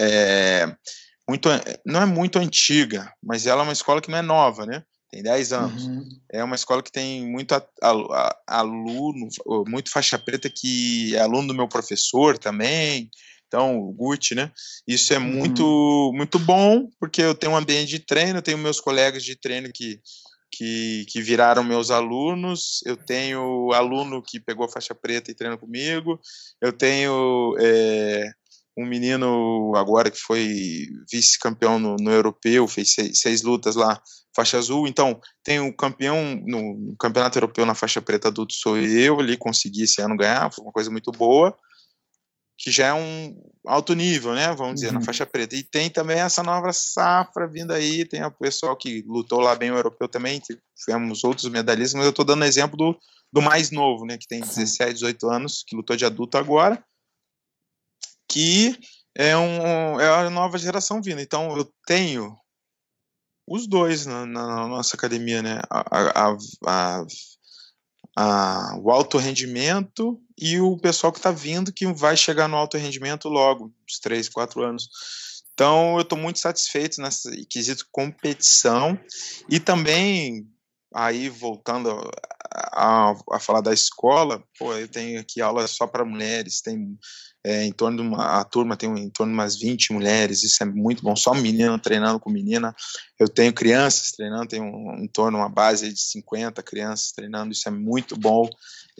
não é muito antiga, mas ela é uma escola que não é nova, né? Tem 10 anos. É uma escola que tem muito aluno, muito faixa preta que é aluno do meu professor também, então, o Gucci, né? Isso é muito, muito bom, porque eu tenho um ambiente de treino, eu tenho meus colegas de treino que viraram meus alunos, eu tenho aluno que pegou faixa preta e treina comigo, eu tenho um menino agora que foi vice-campeão no europeu, fez 6 lutas lá, faixa azul. Então tem um campeão no campeonato europeu na faixa preta adulto, sou eu ali, consegui esse ano ganhar, foi uma coisa muito boa, que já é um alto nível, né, vamos dizer, na faixa preta. E tem também essa nova safra vindo aí, tem o pessoal que lutou lá bem o europeu também, tivemos outros medalhistas, mas eu estou dando exemplo do mais novo, né, que tem 17, 18 anos, que lutou de adulto agora, que é a nova geração vindo. Então eu tenho os dois na nossa academia, né, o alto rendimento e o pessoal que está vindo, que vai chegar no alto rendimento logo, uns 3, 4 anos. Então eu estou muito satisfeito nesse quesito competição. E também, aí voltando a falar da escola, eu tenho aqui aula só para mulheres, tem em torno de a turma tem em torno de umas 20 mulheres, isso é muito bom, só menina treinando com menina. Eu tenho crianças treinando, tenho em torno de uma base de 50 crianças treinando, isso é muito bom.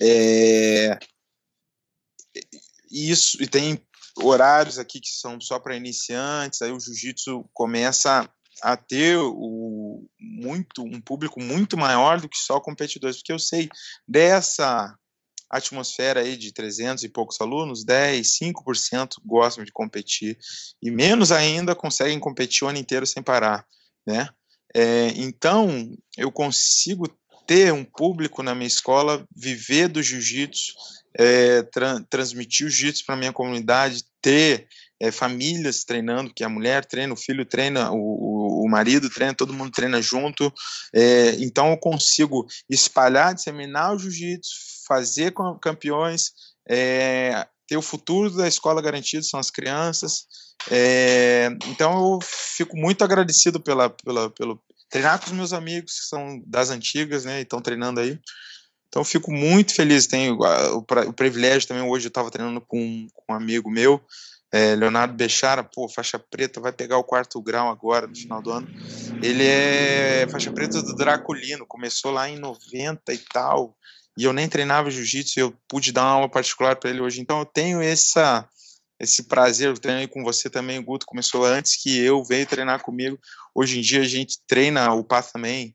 Isso, e tem horários aqui que são só para iniciantes, aí o jiu-jitsu começa a ter um público muito maior do que só competidores, porque eu sei dessa atmosfera aí de 300 e poucos alunos, 5% gostam de competir, e menos ainda conseguem competir o ano inteiro sem parar, né? Então, eu consigo ter um público na minha escola, viver do jiu-jitsu, transmitir o jiu-jitsu para a minha comunidade, ter famílias treinando, que a mulher treina, o filho treina, o marido treina, todo mundo treina junto. Então eu consigo espalhar, disseminar o jiu-jitsu, fazer campeões, ter o futuro da escola garantido, são as crianças. Então eu fico muito agradecido pelo treinar com os meus amigos que são das antigas, né, e estão treinando aí. Então eu fico muito feliz. Tenho o privilégio também, hoje eu estava treinando com um amigo meu, Leonardo Bechara, faixa preta, vai pegar o 4º grau agora, no final do ano. Ele é faixa preta do Draculino, começou lá em 90 e tal, e eu nem treinava jiu-jitsu, e eu pude dar uma aula particular para ele hoje. Então eu tenho esse prazer. Eu treinei com você também, o Guto começou antes que eu, veio treinar comigo. Hoje em dia a gente treina, o Pá também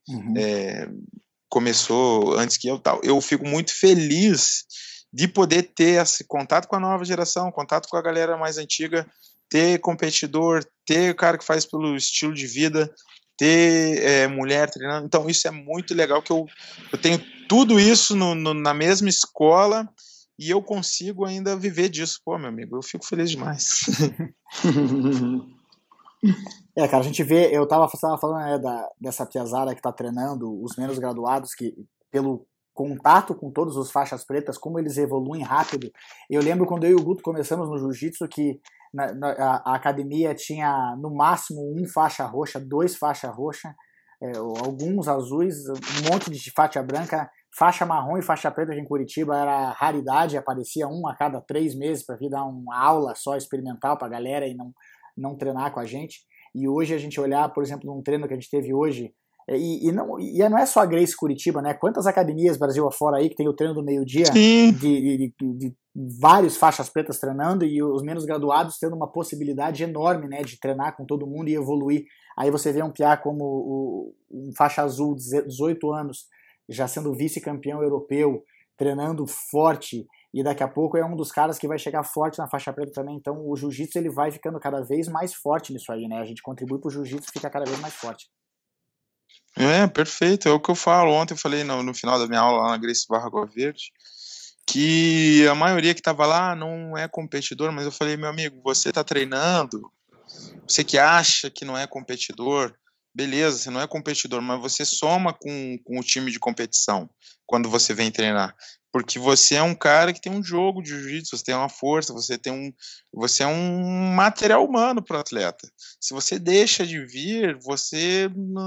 começou antes que eu, tal. Eu fico muito feliz de poder ter esse contato com a nova geração, contato com a galera mais antiga, ter competidor, ter cara que faz pelo estilo de vida, ter mulher treinando. Então isso é muito legal, que eu tenho tudo isso na mesma escola, e eu consigo ainda viver disso. Pô, meu amigo, eu fico feliz demais. Cara, a gente vê, eu tava falando dessa piazada que tá treinando, os menos graduados, que pelo contato com todos os faixas pretas, como eles evoluem rápido. Eu lembro quando eu e o Guto começamos no jiu-jitsu, que a academia tinha no máximo 1 faixa roxa, 2 faixa roxa, alguns azuis, um monte de faixa branca, faixa marrom e faixa preta aqui em Curitiba era raridade, aparecia 1 a cada 3 meses para vir dar uma aula só experimental pra galera e não treinar com a gente. E hoje a gente olhar, por exemplo, num treino que a gente teve hoje, e não é só a Gracie Curitiba, né? Quantas academias Brasil afora aí que tem o treino do meio-dia de vários faixas pretas treinando, e os menos graduados tendo uma possibilidade enorme, né, de treinar com todo mundo e evoluir. Aí você vê um piá como um faixa azul, 18 anos, já sendo vice-campeão europeu, treinando forte, e daqui a pouco é um dos caras que vai chegar forte na faixa preta também. Então o jiu-jitsu ele vai ficando cada vez mais forte nisso aí, né? A gente contribui pro jiu-jitsu ficar cada vez mais forte. Perfeito, é o que eu falo. Ontem eu falei no final da minha aula lá na Gracie Barra Água Verde, que a maioria que tava lá não é competidor, mas eu falei, meu amigo, você tá treinando, você que acha que não é competidor, beleza, você não é competidor, mas você soma com o time de competição quando você vem treinar, porque você é um cara que tem um jogo de jiu-jitsu, você tem uma força, você é um material humano para o atleta. Se você deixa de vir, você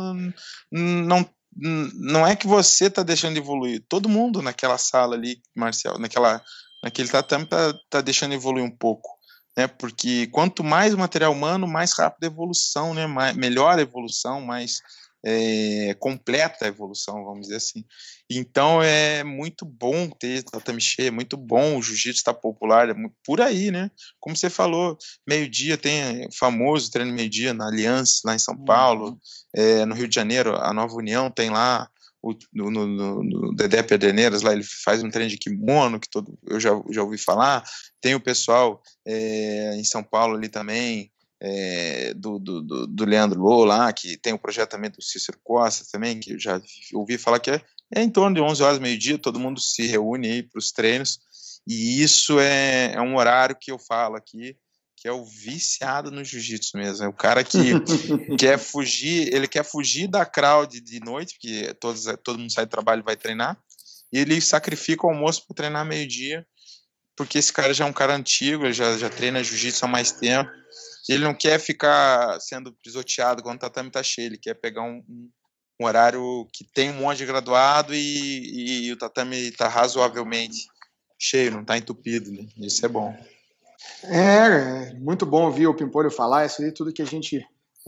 não é que você está deixando de evoluir, todo mundo naquela sala ali, Marcial, naquele tatame tá deixando de evoluir um pouco, né? Porque quanto mais material humano, mais rápido a evolução, né? Melhor a evolução, mais completa a evolução, vamos dizer assim. Então é muito bom ter tatame cheio, é muito bom o jiu-jitsu estar popular, por aí, né? Como você falou, meio-dia tem famoso treino meio-dia na Aliança, lá em São Paulo, no Rio de Janeiro, a Nova União tem lá, no Dedé Pederneiras, lá ele faz um treino de kimono, que eu já ouvi falar. Tem o pessoal em São Paulo ali também, do Leandro Lô lá, que tem o projeto também do Cícero Costa também, que eu já ouvi falar que é em torno de 11 horas, meio-dia, todo mundo se reúne aí para os treinos, e isso é um horário que eu falo aqui, que é o viciado no jiu-jitsu mesmo, é o cara que quer fugir da crowd de noite, porque todo mundo sai do trabalho e vai treinar, e ele sacrifica o almoço para treinar meio-dia, porque esse cara já é um cara antigo, ele já treina jiu-jitsu há mais tempo, e ele não quer ficar sendo pisoteado quando o tatame tá cheio, ele quer pegar um horário que tem um monte de graduado e o tatame tá razoavelmente cheio, não tá entupido, né? Isso é bom. Muito bom ouvir o Pimpolho falar, isso aí é tudo que a gente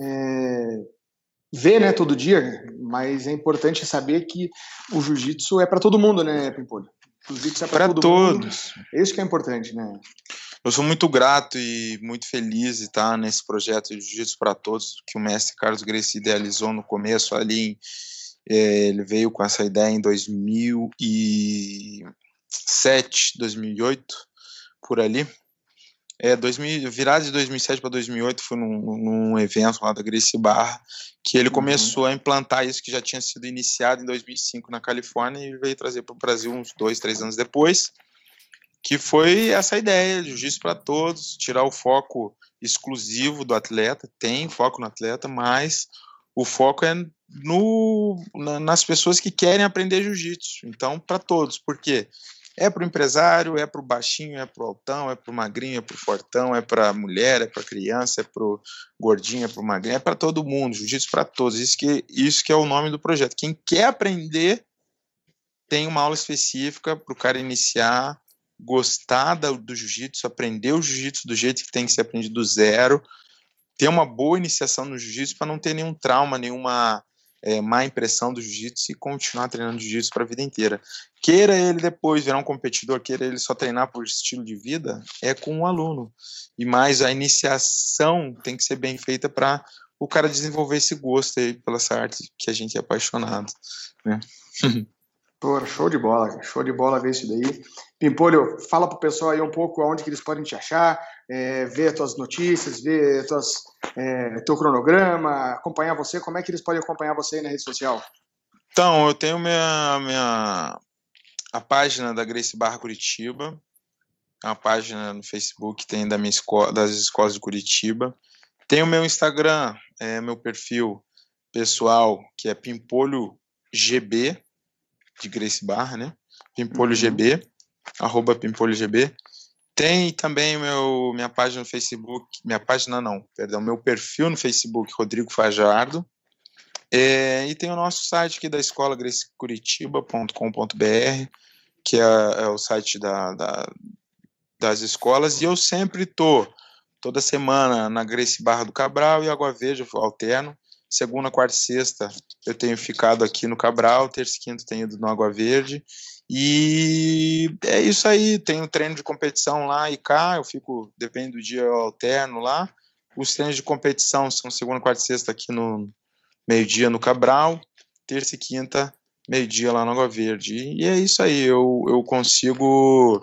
vê, né, todo dia, mas é importante saber que o jiu-jitsu é para todo mundo, né, Pimpolho? O jiu-jitsu é para todos. É isso que é importante, né? Eu sou muito grato e muito feliz de estar nesse projeto de Jiu-Jitsu para Todos, que o mestre Carlos Gracie idealizou no começo ali. Ele veio com essa ideia em 2007, 2008, por ali. Virada de 2007 para 2008 foi num evento lá da Gracie Barra, que ele começou a implantar isso que já tinha sido iniciado em 2005 na Califórnia, e veio trazer para o Brasil uns 2, 3 anos depois, que foi essa ideia, jiu-jitsu para todos, tirar o foco exclusivo do atleta, tem foco no atleta, mas o foco é nas pessoas que querem aprender jiu-jitsu, então para todos, por quê? É para o empresário, é para o baixinho, é para o altão, é para o magrinho, é para o fortão, é para a mulher, é para a criança, é para o gordinho, é para o magrinho, é para todo mundo, jiu-jitsu para todos, isso que é o nome do projeto. Quem quer aprender tem uma aula específica para o cara iniciar, gostar do jiu-jitsu, aprender o jiu-jitsu do jeito que tem que ser aprendido do zero, ter uma boa iniciação no jiu-jitsu para não ter nenhum trauma, nenhuma má impressão do jiu-jitsu e continuar treinando jiu-jitsu para a vida inteira. Queira ele depois virar um competidor, queira ele só treinar por estilo de vida, é com um aluno. E mais a iniciação tem que ser bem feita para o cara desenvolver esse gosto aí pela essa arte que a gente é apaixonado, né? Pô, show de bola ver isso daí. Pimpolho, fala pro pessoal aí um pouco aonde que eles podem te achar, ver tuas notícias, ver teu cronograma, acompanhar você, como é que eles podem acompanhar você aí na rede social? Então, eu tenho a página da Gracie Barra Curitiba, a página no Facebook tem das escolas de Curitiba, tem o meu Instagram, meu perfil pessoal, que é Pimpolho GB, de Gracie Barra, né? Pimpolho GB, @PimpolhoGB. Tem também minha página no Facebook, meu perfil no Facebook, Rodrigo Fajardo. E tem o nosso site aqui da escola, graciecuritiba.com.br, que é o site das escolas, e eu sempre toda semana na Gracie Barra do Cabral e Água Verde, eu alterno. Segunda, quarta e sexta eu tenho ficado aqui no Cabral, terça e quinta tenho ido no Água Verde, e é isso aí, tenho treino de competição lá e cá, eu fico, depende do dia, eu alterno lá. Os treinos de competição são segunda, quarta e sexta aqui no meio-dia no Cabral, terça e quinta, meio-dia lá no Água Verde, e é isso aí, eu consigo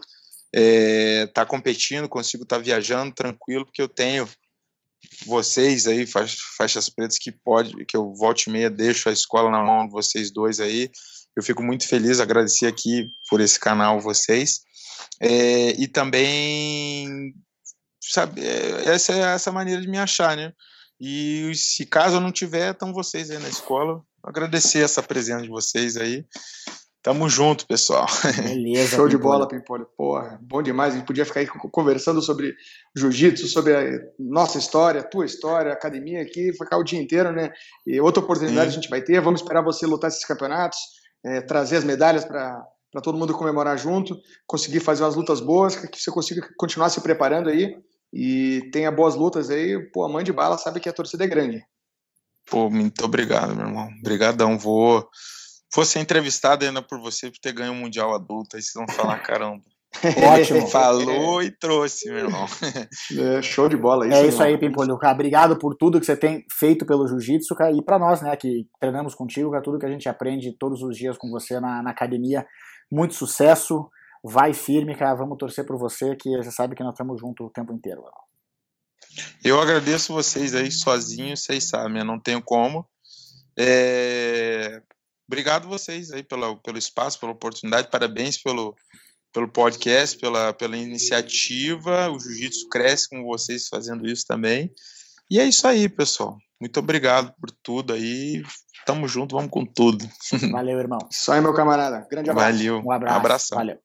tá competindo, consigo estar viajando tranquilo, porque eu tenho vocês aí, faixas pretas, que eu volte e meia deixo a escola na mão de vocês dois aí. Eu fico muito feliz, agradecer aqui por esse canal vocês, e também, sabe, essa é essa maneira de me achar, né? E se caso eu não tiver, estão vocês aí na escola, agradecer essa presença de vocês aí. Tamo junto, pessoal. Beleza. Show de bola, Pimpolho. Porra, bom demais. A gente podia ficar aí conversando sobre jiu-jitsu, sobre a nossa história, a tua história, a academia aqui, ficar o dia inteiro, né? E outra oportunidade a gente vai ter. Vamos esperar você lutar esses campeonatos, trazer as medalhas para todo mundo comemorar junto, conseguir fazer umas lutas boas, que você consiga continuar se preparando aí e tenha boas lutas aí. Pô, mãe de bala sabe que a torcida é grande. Pô, muito obrigado, meu irmão. Obrigadão. Vou ser entrevistado ainda por você por ter ganho o Mundial Adulto, aí vocês vão falar, caramba. Ótimo. Falou e trouxe, meu irmão. Show de bola. Isso aí, Pimpolho. Obrigado por tudo que você tem feito pelo jiu-jitsu, e para nós, né, que treinamos contigo, tudo que a gente aprende todos os dias com você na academia. Muito sucesso, vai firme, cara, vamos torcer por você, que você sabe que nós estamos juntos o tempo inteiro. Eu agradeço vocês aí sozinhos, vocês sabem, eu não tenho como. Obrigado vocês aí pelo espaço, pela oportunidade, parabéns pelo podcast, pela iniciativa, o jiu-jitsu cresce com vocês fazendo isso também, e é isso aí, pessoal, muito obrigado por tudo aí, tamo junto, vamos com tudo. Valeu, irmão. Isso aí, meu camarada, grande abraço. Valeu, um abraço. Abração. Valeu.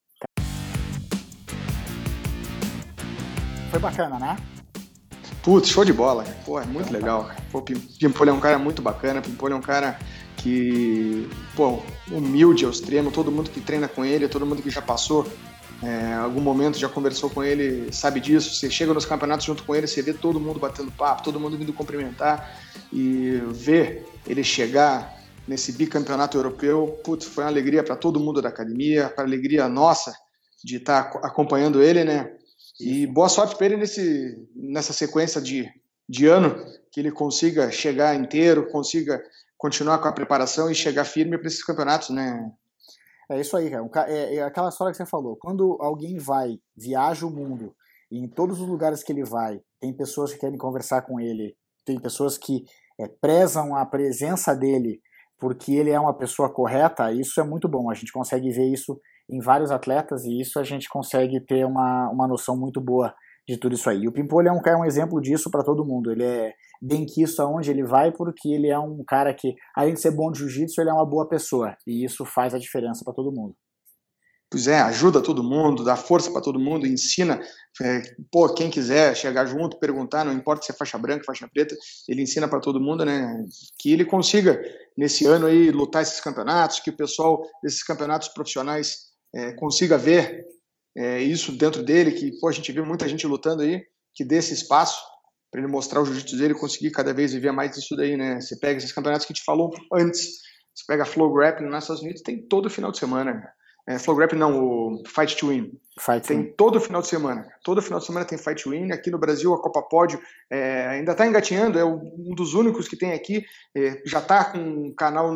Foi bacana, né? Putz, show de bola, pô, é muito legal. Pô, Pimpolho é um cara muito bacana, Pimpolho é um cara que, pô, humilde ao extremo, todo mundo que treina com ele, todo mundo que já passou algum momento, já conversou com ele, sabe disso. Você chega nos campeonatos junto com ele, você vê todo mundo batendo papo, todo mundo vindo cumprimentar, e ver ele chegar nesse bicampeonato europeu, putz, foi uma alegria para todo mundo da academia, para alegria nossa de estar acompanhando ele, né? E boa sorte para ele nessa sequência de ano, que ele consiga chegar inteiro, consiga continuar com a preparação e chegar firme para esses campeonatos, né? É isso aí, cara. É aquela história que você falou. Quando alguém viaja o mundo, e em todos os lugares que ele vai, tem pessoas que querem conversar com ele, tem pessoas que prezam a presença dele porque ele é uma pessoa correta, isso é muito bom. A gente consegue ver isso em vários atletas, e isso a gente consegue ter uma noção muito boa de tudo isso aí. E o Pimpolho é um exemplo disso para todo mundo. Ele é benquisto aonde ele vai, porque ele é um cara que, além de ser bom de jiu-jitsu, ele é uma boa pessoa, e isso faz a diferença para todo mundo. Pois ajuda todo mundo, dá força para todo mundo, ensina, quem quiser chegar junto, perguntar, não importa se é faixa branca, faixa preta, ele ensina para todo mundo, né, que ele consiga, nesse ano aí, lutar esses campeonatos, que o pessoal desses campeonatos profissionais consiga ver isso dentro dele, que a gente vê muita gente lutando aí, que dê esse espaço, para ele mostrar o jiu-jitsu dele e conseguir cada vez viver mais disso daí, né? Você pega esses campeonatos que a gente falou antes, você pega a Flow Grappling nos Estados Unidos, tem todo final de semana. Flow Grappling não, o Fight to Win. Tem todo final de semana. Todo final de semana tem Fight to Win. Aqui no Brasil, a Copa Pódio ainda está engatinhando, é um dos únicos que tem aqui. Já está com um canal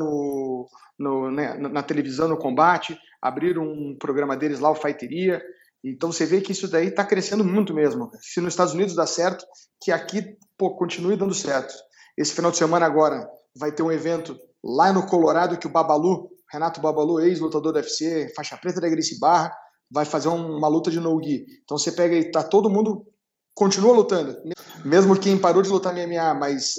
na televisão, no Combate. Abriram um programa deles lá, o Fighteria. Então você vê que isso daí está crescendo muito mesmo. Se nos Estados Unidos dá certo, que aqui continue dando certo. Esse final de semana agora vai ter um evento lá no Colorado que o Babalu, Renato Babalu, ex-lutador do UFC, faixa preta da Gracie Barra, vai fazer uma luta de no-gi. Então você pega e todo mundo continua lutando. Mesmo quem parou de lutar MMA, mas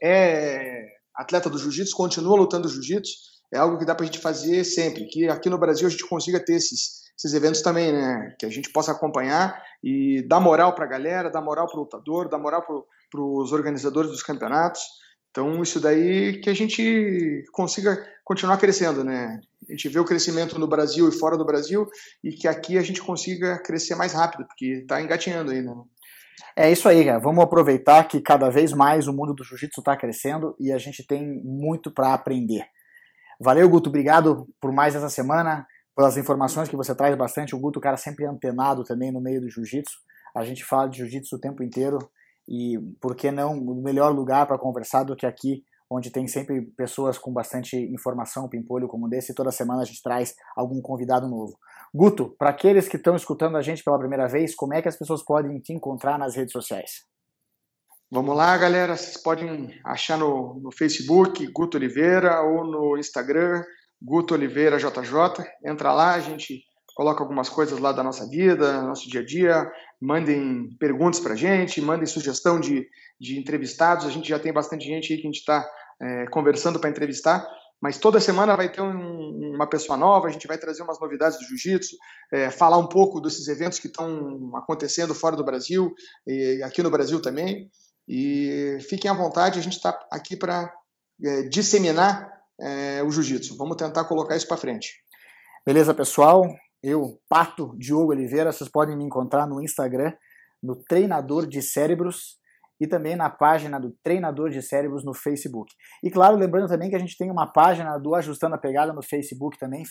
é atleta do jiu-jitsu, continua lutando jiu-jitsu. É algo que dá pra gente fazer sempre. Que aqui no Brasil a gente consiga ter esses eventos também, né? Que a gente possa acompanhar e dar moral pra galera, dar moral pro lutador, dar moral pros organizadores dos campeonatos. Então, isso daí que a gente consiga continuar crescendo, né? A gente vê o crescimento no Brasil e fora do Brasil e que aqui a gente consiga crescer mais rápido, porque tá engatinhando aí, né? É isso aí, cara. Vamos aproveitar que cada vez mais o mundo do jiu-jitsu tá crescendo e a gente tem muito para aprender. Valeu, Guto. Obrigado por mais essa semana, pelas informações que você traz bastante. O Guto, cara, sempre antenado também no meio do jiu-jitsu. A gente fala de jiu-jitsu o tempo inteiro. E por que não o melhor lugar para conversar do que aqui, onde tem sempre pessoas com bastante informação, pimpolho como desse, e toda semana a gente traz algum convidado novo. Guto, para aqueles que estão escutando a gente pela primeira vez, como é que as pessoas podem te encontrar nas redes sociais? Vamos lá, galera, vocês podem achar no Facebook, Guto Oliveira, ou no Instagram, Guto Oliveira JJ. Entra lá, a gente coloca algumas coisas lá da nossa vida, nosso dia a dia, mandem perguntas pra gente, mandem sugestão de entrevistados, a gente já tem bastante gente aí que a gente está conversando para entrevistar, mas toda semana vai ter uma pessoa nova, a gente vai trazer umas novidades do jiu-jitsu, falar um pouco desses eventos que estão acontecendo fora do Brasil, e aqui no Brasil também, e fiquem à vontade, a gente está aqui para disseminar o jiu-jitsu, vamos tentar colocar isso para frente. Beleza, pessoal? Eu, Pato Diogo Oliveira, vocês podem me encontrar no Instagram, no Treinador de Cérebros e também na página do Treinador de Cérebros no Facebook. E claro, lembrando também que a gente tem uma página do Ajustando a Pegada no Facebook também,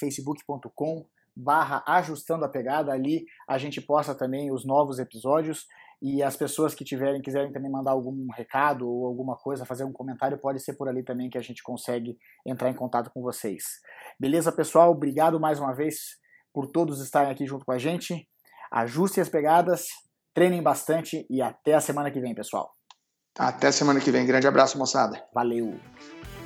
facebook.com/Ajustando a Pegada. Ali a gente posta também os novos episódios e as pessoas que quiserem também mandar algum recado ou alguma coisa, fazer um comentário, pode ser por ali também que a gente consegue entrar em contato com vocês. Beleza, pessoal? Obrigado mais uma vez por todos estarem aqui junto com a gente. Ajustem as pegadas, treinem bastante e até a semana que vem, pessoal. Até a semana que vem. Grande abraço, moçada. Valeu!